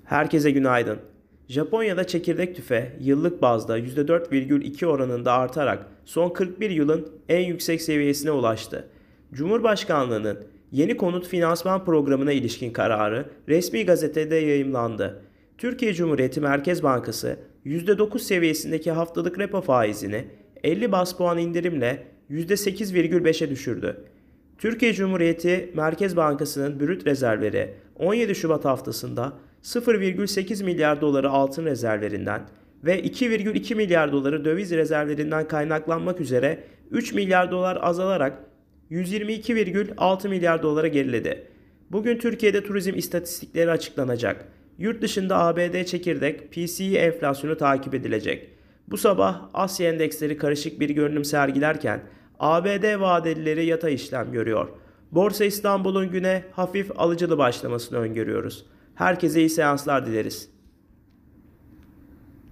Herkese günaydın. Japonya'da çekirdek tüfe yıllık bazda %4,2 oranında artarak son 41 yılın en yüksek seviyesine ulaştı. Cumhurbaşkanlığının yeni konut finansman programına ilişkin kararı resmi gazetede yayımlandı. Türkiye Cumhuriyeti Merkez Bankası %9 seviyesindeki haftalık repo faizini 50 bas puan indirimle %8,5'e düşürdü. Türkiye Cumhuriyeti Merkez Bankası'nın brüt rezervleri 17 Şubat haftasında 0,8 milyar doları altın rezervlerinden ve 2,2 milyar doları döviz rezervlerinden kaynaklanmak üzere 3 milyar dolar azalarak 122,6 milyar dolara geriledi. Bugün Türkiye'de turizm istatistikleri açıklanacak. Yurt dışında ABD çekirdek PCE enflasyonu takip edilecek. Bu sabah Asya endeksleri karışık bir görünüm sergilerken ABD vadelileri yatay işlem görüyor. Borsa İstanbul'un güne hafif alıcılı başlamasını öngörüyoruz. Herkese iyi seanslar dileriz.